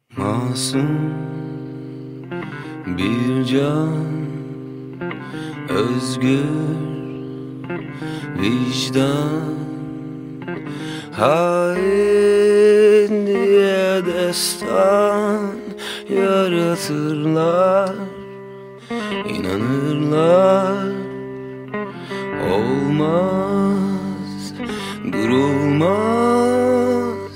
Masum bir can, özgür vicdan, hain diye destan yaratırlar, inanırlar. Olmaz, durulmaz,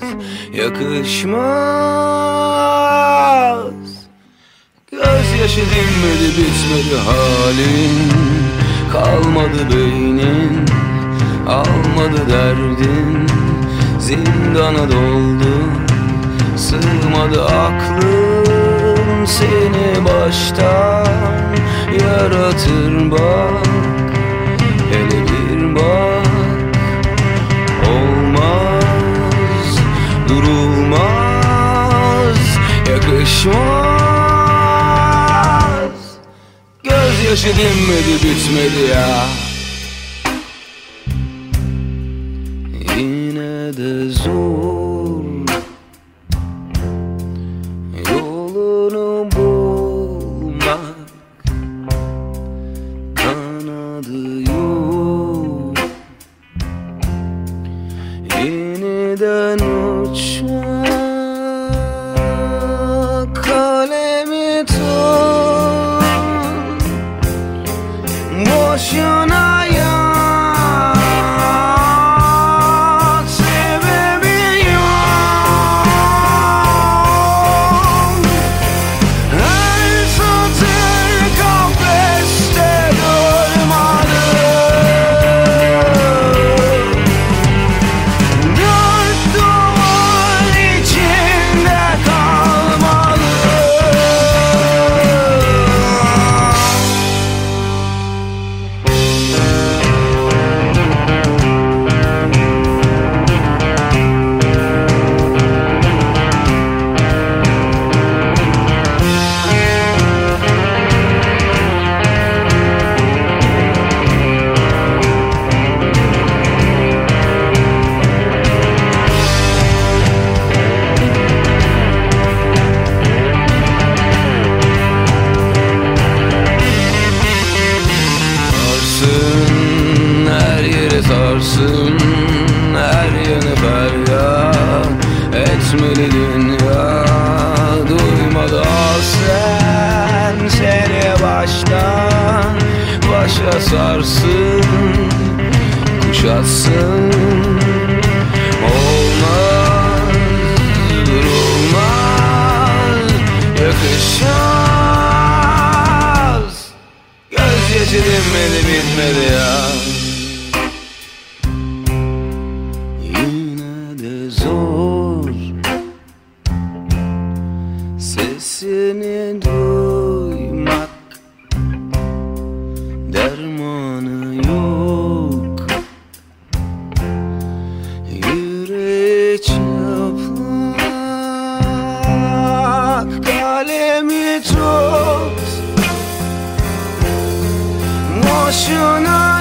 yakışmaz. Gözyaşı dinmedi, bitmedi halin, kalmadı beynin, almadı derdin, zindana doldu, sığmadı aklım. Seni baştan yaratır bak, hele bir bak. Olmaz, durulmaz, yakışmaz. Gözyaşı dinmedi, bitmedi ya. Yine de zor yolunu bulmak, kanadı yok, yeniden uçmak. Kalemi tut, boşuna yat, sebebi yok. Her satır kafeste durmadı, dört duvar içinde kalmalı. Her yere sarsın, her yanı feryat etmeli dünya. Duymadı al sen, seni baştan başa sarsın, kuşatsın. Olmaz, durulmaz, yakışmaz. Gözyaşı dinmedi, bitmedi ya. Yine de zor sesini duymak, dermanı yok. Yüreği çıplak, kalemi tut, boşuna